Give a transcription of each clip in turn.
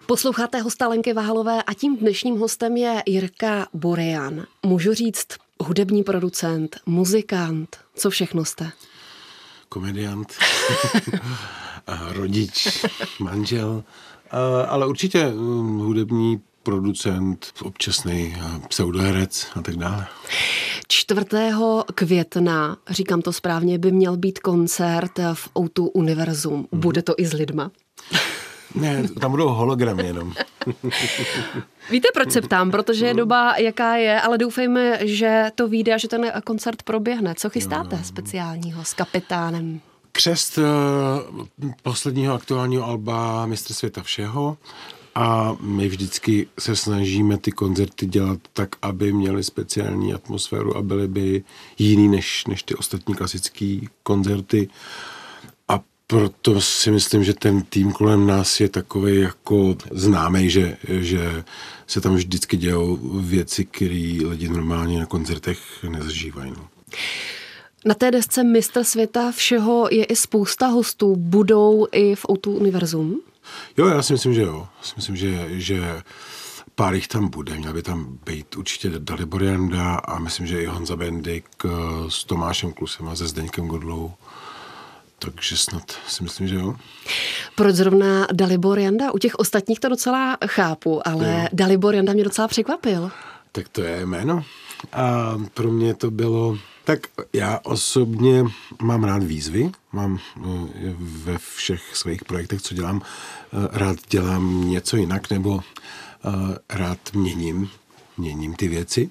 Posloucháte hosta Lenky Váhalové a tím dnešním hostem je Jirka Burian. Můžu říct hudební producent, muzikant, co všechno jste? Komediant, rodič, manžel, ale určitě hudební producent, občasný pseudoherec a tak dále. 4. května, říkám to správně, by měl být koncert v O2 Univerzum. Bude to i s lidma? Ne, tam budou hologramy jenom. Víte, proč se ptám? Protože je doba, jaká je, ale doufejme, že to vyjde a že ten koncert proběhne. Co chystáte speciálního s Kapitánem? Křest posledního aktuálního alba Mistr světa všeho a my vždycky se snažíme ty koncerty dělat tak, aby měly speciální atmosféru a byly by jiný než ty ostatní klasické koncerty. A proto si myslím, že ten tým kolem nás je takový jako známý, že se tam vždycky dějou věci, které lidi normálně na koncertech nezažívají. No. Na té desce Mistr světa všeho je i spousta hostů. Budou i v O2 Univerzum? Jo, já si myslím, že jo. Já si myslím, že pár jich tam bude. Měl by tam být určitě Dalibor Janda a myslím, že i Honza Bendik s Tomášem Klusem a se Zdeňkem Godlou. Takže snad si myslím, že jo. Proč zrovna Dalibor Janda? U těch ostatních to docela chápu, ale jo. Dalibor Janda mě docela překvapil. Tak to je jméno. A pro mě to bylo... Tak já osobně mám rád výzvy, mám ve všech svých projektech, co dělám, rád dělám něco jinak, nebo rád měním ty věci.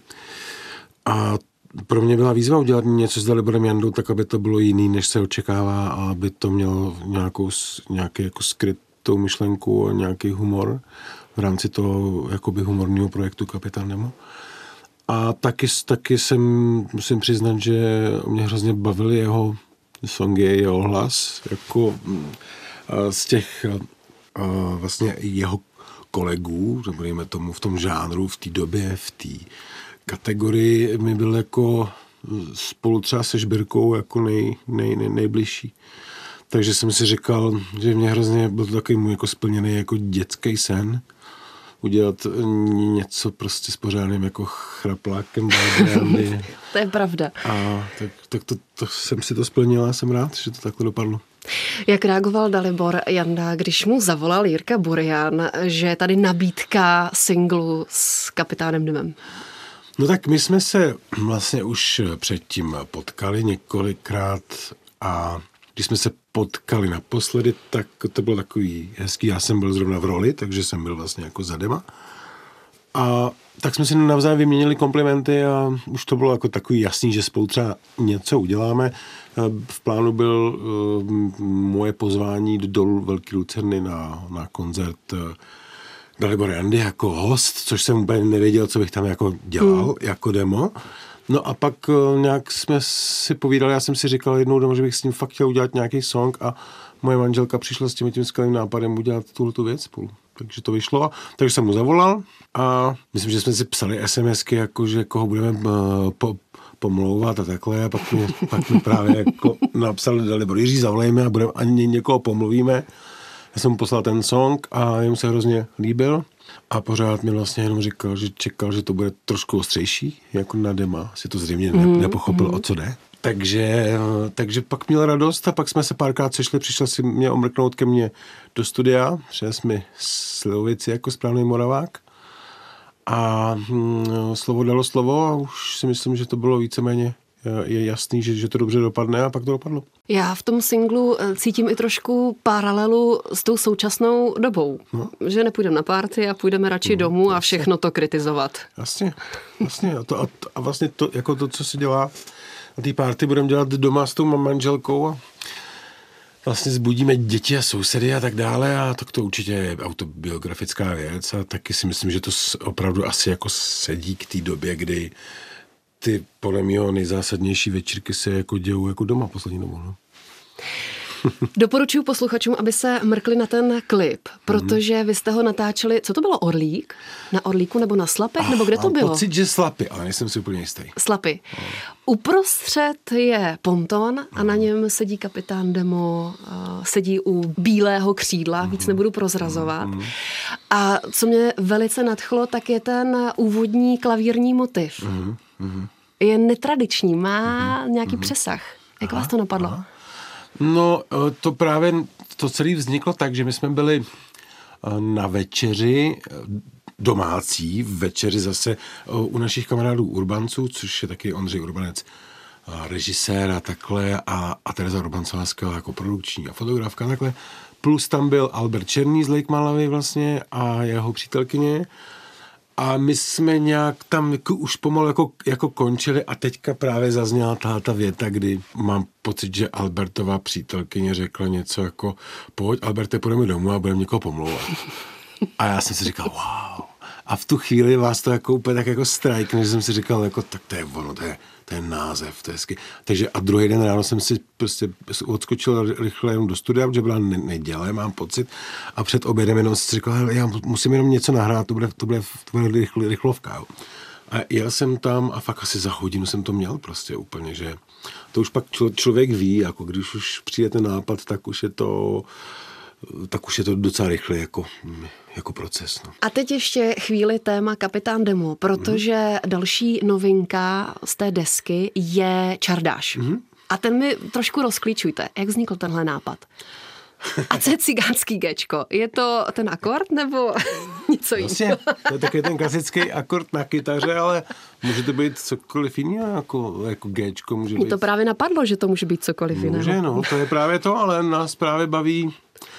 A pro mě byla výzva udělat něco s Daliborem Jandou, tak aby to bylo jiný, než se očekává a aby to mělo nějaký jako skrytou myšlenku a nějaký humor v rámci toho jakoby humorního projektu Kapitán Nemo. A taky musím přiznat, že mě hrozně bavily jeho songy, jeho hlas, jako z těch vlastně jeho kolegů, řekněme tomu v tom žánru, v té době, v té kategorii mi byl jako spolu třeba se Žbirkou jako nejbližší. Takže jsem si říkal, že mě hrozně byl to takový můj jako splněný jako dětský sen, udělat něco prostě s pořádným jako chraplákem. To je pravda. A tak to jsem si to splnil a jsem rád, že to takhle dopadlo. Jak reagoval Dalibor Janda, když mu zavolal Jirka Burian, že je tady nabídka singlu s Kapitánem Nemem? No tak my jsme se vlastně už předtím potkali několikrát a když jsme se potkali naposledy, tak to bylo takový hezký. Já jsem byl zrovna v roli, takže jsem byl vlastně jako zadema. A tak jsme si navzájem vyměnili komplimenty a už to bylo jako takový jasný, že spolu třeba něco uděláme. V plánu byl moje pozvání do Dolu Velký Lucerny na koncert Dalibora Jandy jako host, což jsem úplně nevěděl, co bych tam jako dělal, jako demo. No a pak nějak jsme si povídali, já jsem si říkal jednou doma, že bych s ním fakt chtěl udělat nějaký song a moje manželka přišla s tím skvělým nápadem udělat tuhletu věc spolu. Takže to vyšlo, takže jsem mu zavolal a myslím, že jsme si psali SMSky, jako že koho budeme pomlouvat a takhle a pak mi právě jako napsal Dalibor, Jiří, zavolejme a budeme ani někoho pomluvíme. Já jsem mu poslal ten song a jemu se hrozně líbil. A pořád mi vlastně jenom říkal, že čekal, že to bude trošku ostřejší, jako na dema. Si to zřejmě nepochopil, o co jde. Takže pak měl radost a pak jsme se párkrát sešli, přišel si mě omrknout ke mně do studia, přines mi slivovici jako správný Moravák. A slovo dalo slovo a už si myslím, že to bylo víceméně je jasný, že to dobře dopadne a pak to dopadlo. Já v tom singlu cítím i trošku paralelu s tou současnou dobou. No. Že nepůjdeme na party a půjdeme radši domů a všechno to kritizovat. Jasně. A vlastně to, jako to, co se dělá na té party, budeme dělat doma s tou manželkou a vlastně zbudíme děti a sousedy a tak dále a tak to určitě je autobiografická věc a taky si myslím, že to opravdu asi jako sedí k té době, kdy ty podle mého nejzásadnější večírky se jako dějou jako doma poslední dobou. No. Doporučuji posluchačům, aby se mrkli na ten klip, protože vy jste ho natáčeli, co to bylo, Orlík? Na Orlíku nebo na Slapech, nebo kde to bylo? Mám pocit, že Slapy, ale nejsem si úplně jistý. Slapy. Uprostřed je ponton a na něm sedí kapitán Demo, sedí u bílého křídla, víc nebudu prozrazovat. A co mě velice nadchlo, tak je ten úvodní klavírní motiv. Je netradiční, má nějaký přesah. Jak vás to napadlo? No, to právě, to celé vzniklo tak, že my jsme byli na večeři, domácí večeři zase u našich kamarádů Urbanců, což je taky Ondřej Urbanec, režisér a takhle, a Tereza Urbancová skvělá jako produkční a fotografka takhle. Plus tam byl Albert Černý z Lake Malawi vlastně a jeho přítelkyně. A my jsme nějak tam už pomalu jako končili a teďka právě zazněla ta věta, kdy mám pocit, že Albertova přítelkyně řekla něco jako pojď, Alberte, půjdeme domů a budeme někoho pomlouvat. A já jsem si říkal, wow. A v tu chvíli vás to jako úplně tak jako strajkne, že jsem si říkal, jako tak to je ono, to je název, to je hezky. Takže a druhý den ráno jsem si prostě odskočil rychle jenom do studia, protože byla neděle, mám pocit. A před obědem jenom si říkal, hele, já musím jenom něco nahrát, to bude rychlovka. Jo. A jel jsem tam a fakt asi za hodinu jsem to měl prostě úplně, že to už pak člověk ví, jako když už přijde ten nápad, tak už je to docela rychle jako proces. No. A teď ještě chvíli téma Kapitán Demo, protože další novinka z té desky je Čardáš. A ten mi trošku rozklíčujte. Jak vznikl tenhle nápad? A co je cigánský géčko? Je to ten akord nebo něco jiného? Vlastně, to je taky ten klasický akord na kytaře, ale může to být cokoliv jiného, jako géčko. Mě to právě napadlo, že to může být cokoliv jiného. Může, no, to je právě to, ale nás právě baví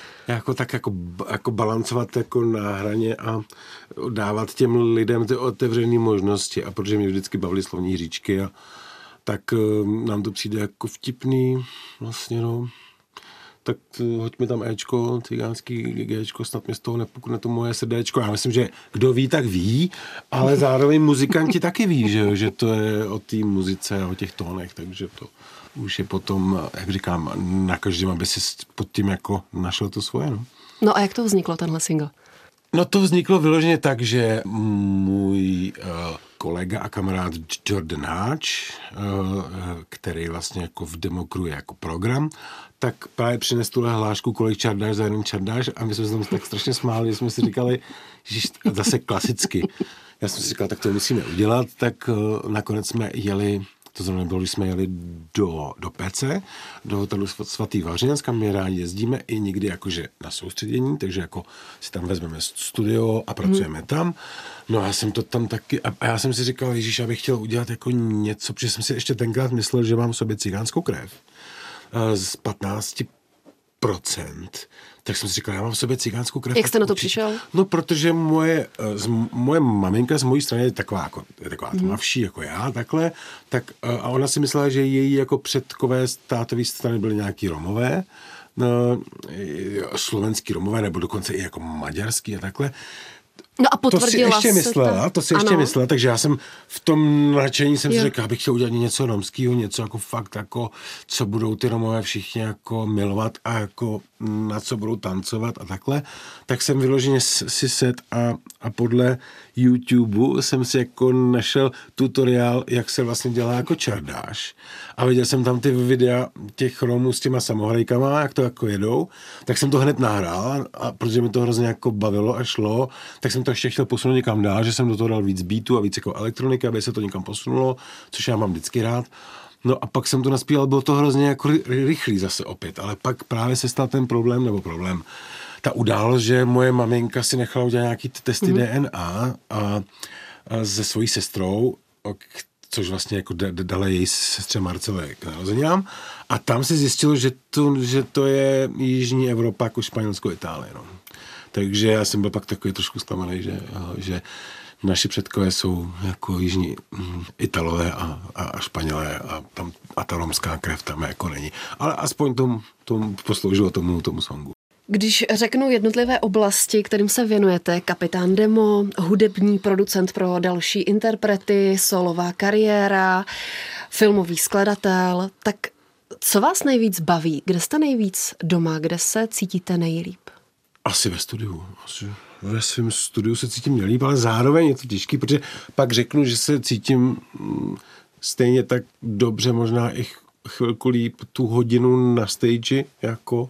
jako balancovat jako na hraně a dávat těm lidem ty otevřené možnosti. A protože mě vždycky bavily slovní hříčky, tak nám to přijde jako vtipný vlastně, no. Tak hoďme tam Ečko, cigánský Gčko, snad mě z toho nepukne to moje srdéčko. Já myslím, že kdo ví, tak ví, ale zároveň muzikanti taky ví, že to je o té muzice a o těch tónech, takže to už je potom, jak říkám, na každém, aby si pod tím jako našel to svoje. No a jak to vzniklo, tenhle single? No to vzniklo vyloženě tak, že můj kolega a kamarád Jordan Hatch, který vlastně jako v Demo Crew je jako program, tak právě přines tuhle hlášku, kolik čardáš za jeden čardáš, a my jsme se tam tak strašně smáli, že jsme si říkali, že zase klasicky. Já jsem si říkal, tak to musíme udělat, tak nakonec jsme jeli, to zrovna bylo, když jsme jeli do Pece, do hotelu Svatý Vavřinec, kam my rádi jezdíme i někdy jakože na soustředění, takže jako si tam vezmeme studio a pracujeme tam. No a já jsem to tam taky, a já jsem si říkal, Ježíš, já bych chtěl udělat jako něco, protože jsem si ještě tenkrát myslel, že mám v sobě cigánskou krev z 15%, tak jsem si říkal, já mám v sobě cigánskou krev. Jak jste na to přišel? No, protože moje maminka z mojí strany je taková tmavší jako já, takhle, tak, a ona si myslela, že její jako předkové z tátový strany byly nějaký Romové, no, slovenský Romové, nebo dokonce i jako maďarský a takhle. No a potvrdila to si ještě myslela, takže já jsem v tom nadšení jsem si řekl, abych chtěl udělat něco romského, něco jako fakt jako, co budou ty Romové všichni jako milovat a jako na co budou tancovat a takhle, tak jsem vyloženě si set a podle YouTube jsem si jako našel tutoriál, jak se vlastně dělá jako čardáš a viděl jsem tam ty videa těch Romů s těma samohrajkama, jak to jako jedou, tak jsem to hned nahrál a protože mi to hrozně jako bavilo a šlo, tak jsem to ještě chtěl posunout někam dál, že jsem do toho dal víc beatů a víc jako elektroniky, aby se to někam posunulo, což já mám vždycky rád. No a pak jsem to naspíval, bylo to hrozně jako rychlý zase opět, ale pak právě se stal ten problém, ta událost, že moje maminka si nechala udělat nějaký testy DNA a se svojí sestrou, což vlastně jako dala její sestře Marcele k narozeninám, a tam se zjistilo, že to je Jižní Evropa, jako Španělsko, Itálie, no. Takže já jsem byl pak takový trošku zklamaný, že naši předkové jsou jako jižní Italové a Španělé a ta romská krev tam jako není. Ale aspoň tomu posloužilo tomu songu. Když řeknu jednotlivé oblasti, kterým se věnujete, Kapitán Demo, hudební producent pro další interprety, solová kariéra, filmový skladatel, tak Co vás nejvíc baví? Kde jste nejvíc doma? Kde se cítíte nejlíp? Asi ve studiu. Ve svém studiu se cítím nejlíp, ale zároveň je to těžký, protože pak řeknu, že se cítím stejně tak dobře, možná i chvilku líp tu hodinu na stage, jako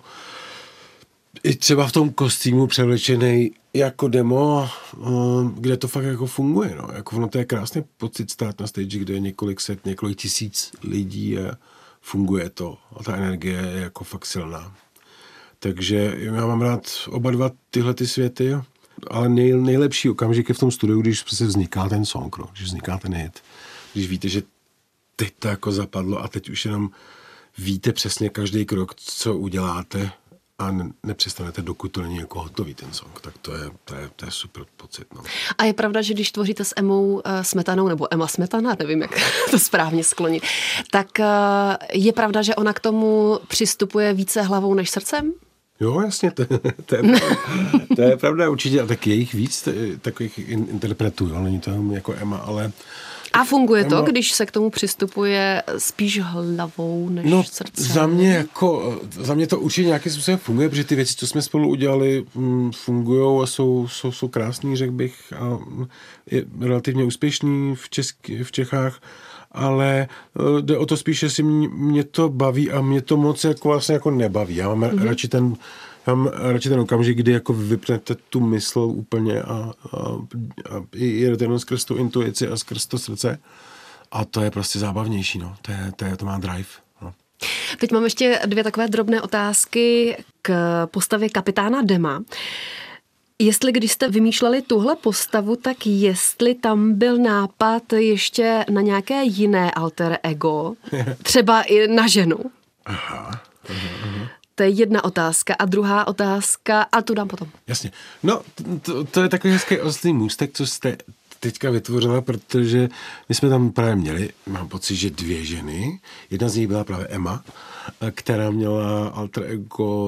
i třeba v tom kostýmu převlečenej jako demo, kde to fakt jako funguje. No. Jako ono to je krásný pocit stát na stage, kde je několik set, několik tisíc lidí a funguje to. A ta energie je jako fakt silná. Takže já mám rád oba dva tyhle ty světy, ale nejlepší okamžik je v tom studiu, když se vzniká ten song, no, když vzniká ten hit. Když víte, že teď to jako zapadlo a teď už jenom víte přesně každý krok, co uděláte a nepřestanete, dokud to není jako hotový ten song. Tak to je super pocit. No. A je pravda, že když tvoříte s Emou Smetanou, nebo Emma Smetana, nevím, jak to správně sklonit, tak je pravda, že ona k tomu přistupuje více hlavou než srdcem? Jo, jasně, to je pravda určitě. A tak je jich víc takových interpretů, jo? Není to jako Emma, ale... A funguje to, když se k tomu přistupuje spíš hlavou než srdcem? Za mě to určitě nějakým způsobem funguje, protože ty věci, co jsme spolu udělali, fungujou a jsou krásný, řekl bych, a je relativně úspěšný v Čechách, ale jde o to spíš, jestli mě to baví a mě to moc jako vlastně jako nebaví. Já mám radši ten okamžik, kdy jako vypnete tu mysl úplně a jedete jenom skrz tu intuici a skrz to srdce. A to je prostě zábavnější, no. To má drive. No. Teď mám ještě 2 takové drobné otázky k postavě kapitána Dema. Jestli když jste vymýšleli tuhle postavu, tak jestli tam byl nápad ještě na nějaké jiné alter ego, třeba i na ženu? Aha. To je jedna otázka. A druhá otázka, a tu dám potom. Jasně. No, to je takový hezký oslý můstek, co jste teďka vytvořila, protože my jsme tam právě měli, mám pocit, že 2 ženy. Jedna z nich byla právě Emma, která měla alter ego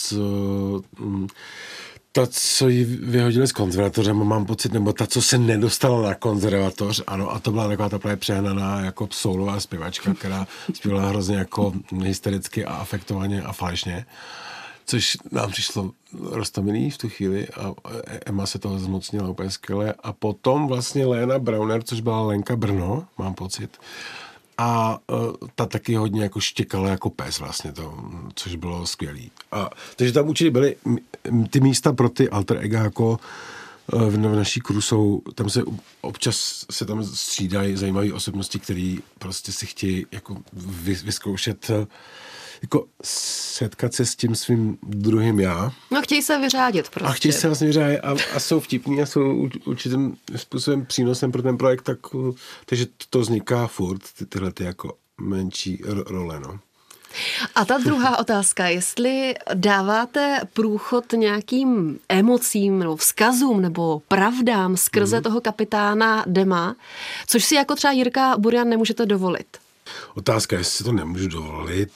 ta, co ji vyhodili z konzervatoře, mám pocit, nebo ta, co se nedostala na konzervatoř, ano, a to byla taková ta právě přehnaná jako soulová zpěvačka, která zpívala hrozně jako hystericky a afektovaně a falešně, což nám přišlo roztomilý v tu chvíli a Emma se toho zmocnila úplně skvěle. A potom vlastně Léna Brauner, což byla Lenka Brno, mám pocit, a ta taky hodně jako štěkala jako pes vlastně to, což bylo skvělý. Takže tam určitě byly ty místa pro ty alter ega jako v naší kru jsou, tam se občas se tam střídají zajímavé osobnosti, které prostě si chtějí jako vyzkoušet, jako setkat se s tím svým druhým já. No chtějí se vyřádit prostě. A chtějí se vlastně vyřádit a jsou vtipní a jsou určitým způsobem přínosem pro ten projekt, takže to vzniká furt, tyhle ty jako menší role, no. A ta druhá otázka, jestli dáváte průchod nějakým emocím nebo vzkazům nebo pravdám skrze toho kapitána Dema, což si jako třeba Jirka Burian nemůžete dovolit. Otázka, jestli si to nemůžu dovolit.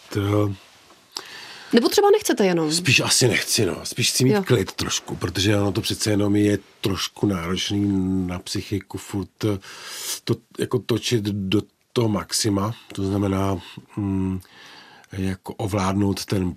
Nebo třeba nechcete jenom? Spíš asi nechci, no. Spíš chci mít klid trošku, protože ono to přece jenom je trošku náročný na psychiku furt to jako točit do toho maxima. To znamená jako ovládnout ten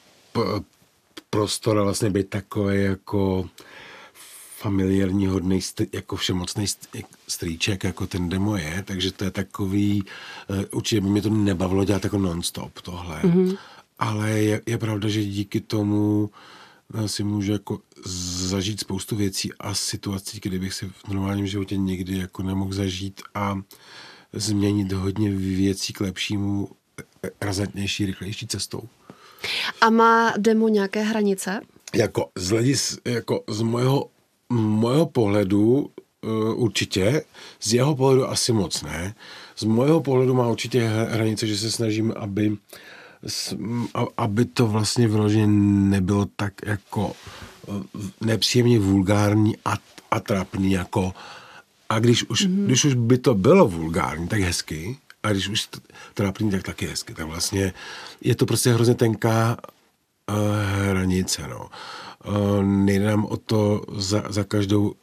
prostor a vlastně být takový jako familiární, hodnej, jako všemocný strýček, jako ten Demo je, takže to je takový, určitě by mě to nebavilo dělat jako non-stop tohle. Mm-hmm. Ale je pravda, že díky tomu si můžu jako zažít spoustu věcí a situací, kde bych si v normálním životě nikdy jako nemohl zažít a změnit hodně věcí k lepšímu, razantnější, rychlejší cestou. A má Demo nějaké hranice? Jako z mojeho pohledu určitě, z jeho pohledu asi moc ne. Z mojeho pohledu má určitě hranice, že se snažím, aby to vlastně vyloženě nebylo tak jako nepříjemně vulgární a trapný jako a když už by to bylo vulgární, tak hezky, a když už trápný, tak taky hezky. Tak vlastně je to prostě hrozně tenká hranice, no. Nejde nám o to za každou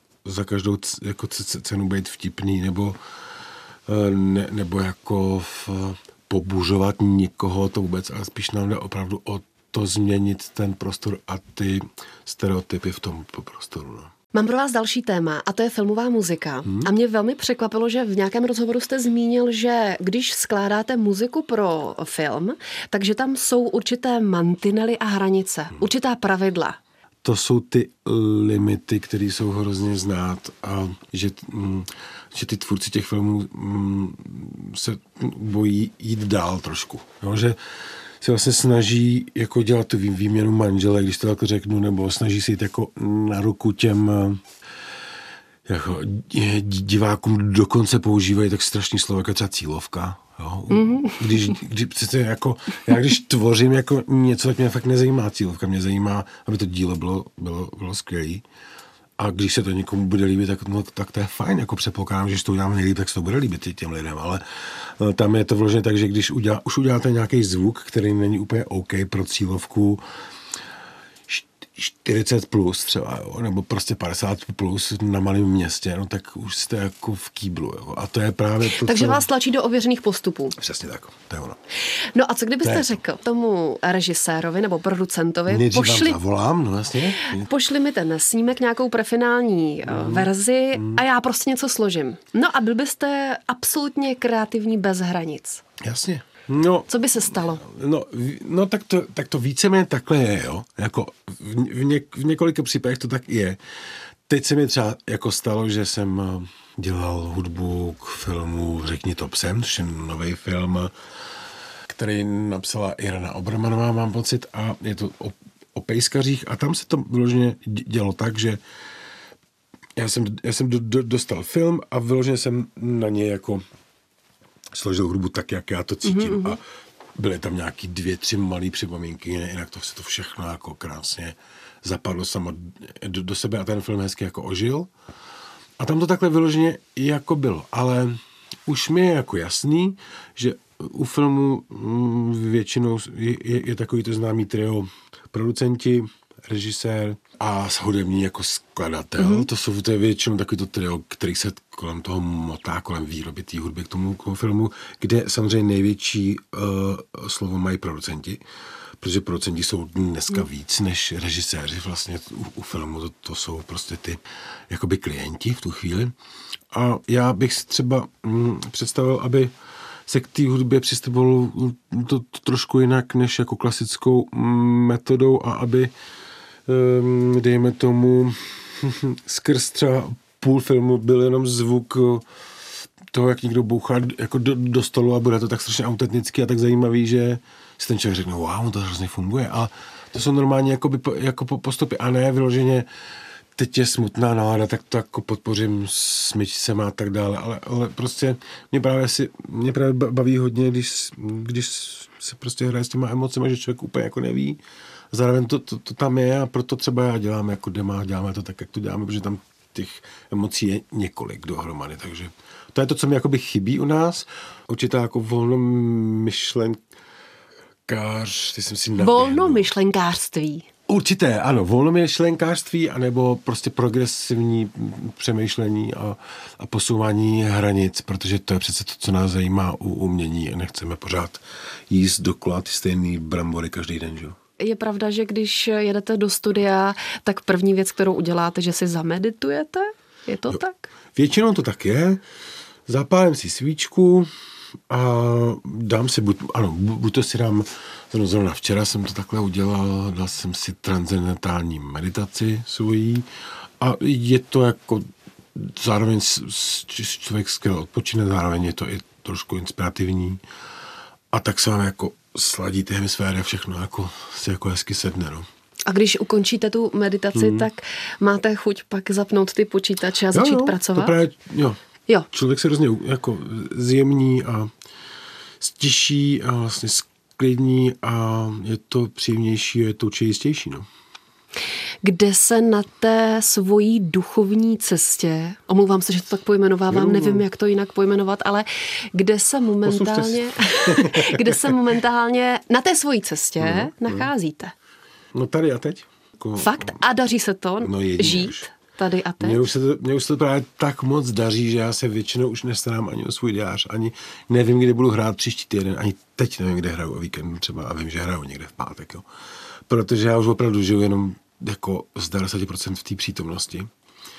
jako cenu být vtipný, nebo jako pobuřovat nikoho to vůbec, ale spíš nám jde opravdu o to změnit ten prostor a ty stereotypy v tom prostoru. No. Mám pro vás další téma a to je filmová muzika. A mě velmi překvapilo, že v nějakém rozhovoru jste zmínil, že když skládáte muziku pro film, takže tam jsou určité mantinely a hranice, určitá pravidla. To jsou ty limity, které jsou hrozně znát a že ty tvůrci těch filmů se bojí jít dál trošku. Jo, že se vlastně snaží jako dělat tu výměnu manželek, když to tak řeknu, nebo snaží se jít jako na ruku těm jako divákům, dokonce používají tak strašný slovo, jako třeba cílovka. Jo? Když přece jako, já když tvořím jako něco, tak mě fakt nezajímá cílovka, mě zajímá, aby to dílo bylo skvělé. A když se to někomu bude líbit, tak to je fajn, jako předpokládám, že když to uděláme nejlíp, tak se to bude líbit těm lidem, ale tam je to vložené tak, že když už uděláte nějaký zvuk, který není úplně OK pro cílovku 40 plus třeba, jo, nebo prostě 50 plus na malém městě, no tak už jste jako v kýblu, jo. A to je právě to, takže vás tlačí do ověřených postupů. Přesně tak, to je ono. No a co kdybyste řekl tomu režisérovi nebo producentovi, nejdřív vám zavolám, no jasně. Pošli mi ten snímek, nějakou prefinální verzi a já prostě něco složím. No a byl byste absolutně kreativní bez hranic. Jasně. No, co by se stalo? No tak to víceméně takhle je, jo. Jako v několika případech to tak je. Teď se mi třeba jako stalo, že jsem dělal hudbu k filmu Řekni to psem, což je nový film, který napsala Irena Obermanová, mám pocit, a je to o pejskařích a tam se to vyloženě dělo tak, že já jsem dostal film a vyloženě jsem na něj jako složil hudbu tak, jak já to cítím. A byly tam nějaký 2-3 malý připomínky, jinak to se to všechno jako krásně zapadlo samo do sebe a ten film hezky jako ožil. A tam to takhle vyloženě jako bylo. Ale už mi je jako jasný, že u filmu většinou je takový to známý trio producenti, režisér a hudební jako skladatel. To je většinou takový to trio, který se kolem toho motá, kolem výroby té hudby k tomu filmu, kde samozřejmě největší slovo mají producenti, protože producenti jsou dneska víc než režiséři vlastně u filmu. To jsou prostě ty jakoby klienti v tu chvíli. A já bych si třeba představil, aby se k té hudbě přistupovalo to trošku jinak než jako klasickou metodou a aby dejme tomu skrz třeba půl filmu byl jenom zvuk toho, jak někdo bouchá jako do stolu a bude to tak strašně autentický a tak zajímavý, že si ten člověk řekne, wow, to hrozně funguje. A to jsou normálně jako postupy a ne vyloženě teď je smutná nálada, tak to jako podpořím smyčcem a tak dále, ale prostě mě právě baví hodně, když se prostě hraje s těma emocema, že člověk úplně jako neví. Zároveň to tam je a proto třeba já dělám jako dema, děláme to tak, jak to děláme, protože tam těch emocí je několik dohromady, takže to je to, co mi jakoby chybí u nás. Určitá jako volnomyšlenkářství. Určité, ano, volnomyšlenkářství anebo prostě progresivní přemýšlení a posouvání hranic, protože to je přece to, co nás zajímá u umění a nechceme pořád jíst dokola ty stejný brambory každý den, že jo? Je pravda, že když jedete do studia, tak první věc, kterou uděláte, že si zameditujete? Je to tak? Většinou to tak je. Zapálím si svíčku a dám si, buď to si dám, zrovna včera jsem to takhle udělal, dal jsem si transcendentální meditaci svojí a je to jako zároveň člověk skvěle odpočine, zároveň je to i trošku inspirativní a tak se vám jako sladí ty hemisféry a všechno jako si jako hezky sedne, no. A když ukončíte tu meditaci, tak máte chuť pak zapnout ty počítače a začít pracovat? To právě, jo. Člověk se hrozně jako zjemní a stiší a vlastně sklidní a je to příjemnější, je to určitě jistější, no. Kde se na té svojí duchovní cestě, omlouvám se, že to tak pojmenovávám, nevím, jak to jinak pojmenovat, ale kde se momentálně na té svojí cestě nacházíte? No tady a teď. Fakt? A daří se to žít? tady a teď? Mně už se to právě tak moc daří, že já se většinou už nestarám ani o svůj diář, ani nevím, kde budu hrát příští týden, ani teď nevím, kde hraju o víkendu třeba a vím, že hraju někde v pátek, jo. Protože já už opravdu žiju jenom jako z 90% v té přítomnosti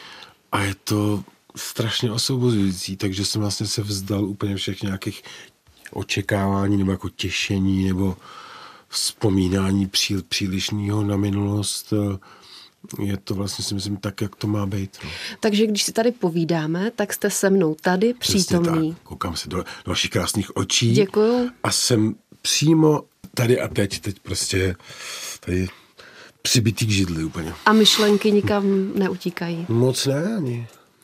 a je to strašně osvobozující, takže jsem vlastně se vzdal úplně všech nějakých očekávání nebo jako těšení nebo vzpomínání přílišného na minulost. Je to vlastně si myslím tak, jak to má být. No. Takže když si tady povídáme, tak jste se mnou tady přítomný. Tak. Koukám se do vašich krásných očí. Děkuju. A jsem přímo tady a teď prostě tady přibitý k židli úplně. A myšlenky nikam neutíkají? Moc ne.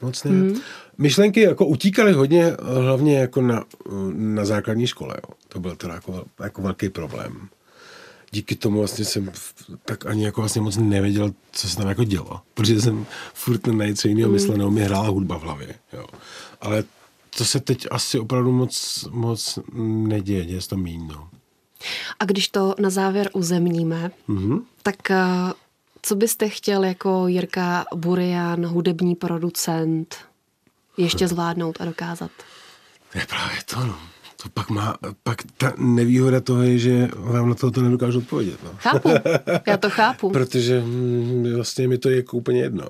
Myšlenky jako utíkaly hodně, hlavně jako na základní škole. Jo. To byl teda jako velký problém. Díky tomu vlastně jsem tak ani jako vlastně moc nevěděl, co se tam jako dělo. Protože jsem furt na něco jiného myslel, mi hrála hudba v hlavě. Jo. Ale to se teď asi opravdu moc neděje, děje se to míň. No. A když to na závěr uzemníme, tak co byste chtěl jako Jirka Burian, hudební producent, ještě zvládnout a dokázat? To je právě to, no. To pak ta nevýhoda toho je, že vám na to nedokážu odpovědět. No. Chápu, já to chápu. Protože vlastně mi to je jako úplně jedno.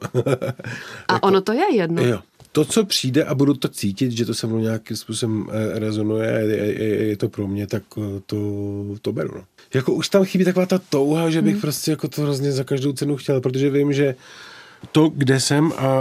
A jako, ono to je jedno. Jo. To, co přijde a budu to cítit, že to se mnou nějakým způsobem rezonuje, je to pro mě, tak to beru. No. Jako už tam chybí taková ta touha, že bych prostě jako to hrozně za každou cenu chtěl, protože vím, že to, kde jsem a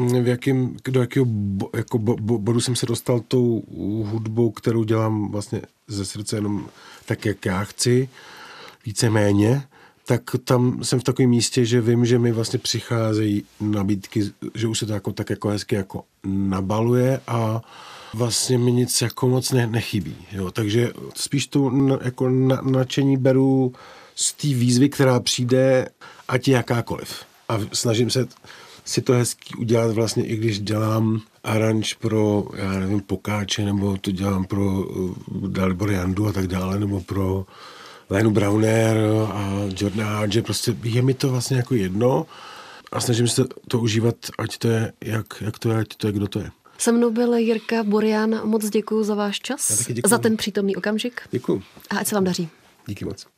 do jakého bodu jsem se dostal tou hudbou, kterou dělám vlastně ze srdce jenom tak, jak já chci, víceméně, tak tam jsem v takovém místě, že vím, že mi vlastně přicházejí nabídky, že už se to jako, tak jako hezky jako nabaluje a vlastně mi nic jako moc nechybí. Jo? Takže spíš to jako nadšení beru z té výzvy, která přijde, ať je jakákoliv. A snažím se si to hezky udělat vlastně, i když dělám aranž pro, já nevím, Pokáče, nebo to dělám pro Dalibor Jandu a tak dále, nebo pro Lénu Browner a Jordana Hadže, prostě je mi to vlastně jako jedno a snažím se to užívat, ať to je, jak to je, ať to je, kdo to je. Se mnou byl Jirka Burian, moc děkuju za váš čas, za ten přítomný okamžik. Děkuju. A ať se vám daří. Díky moc.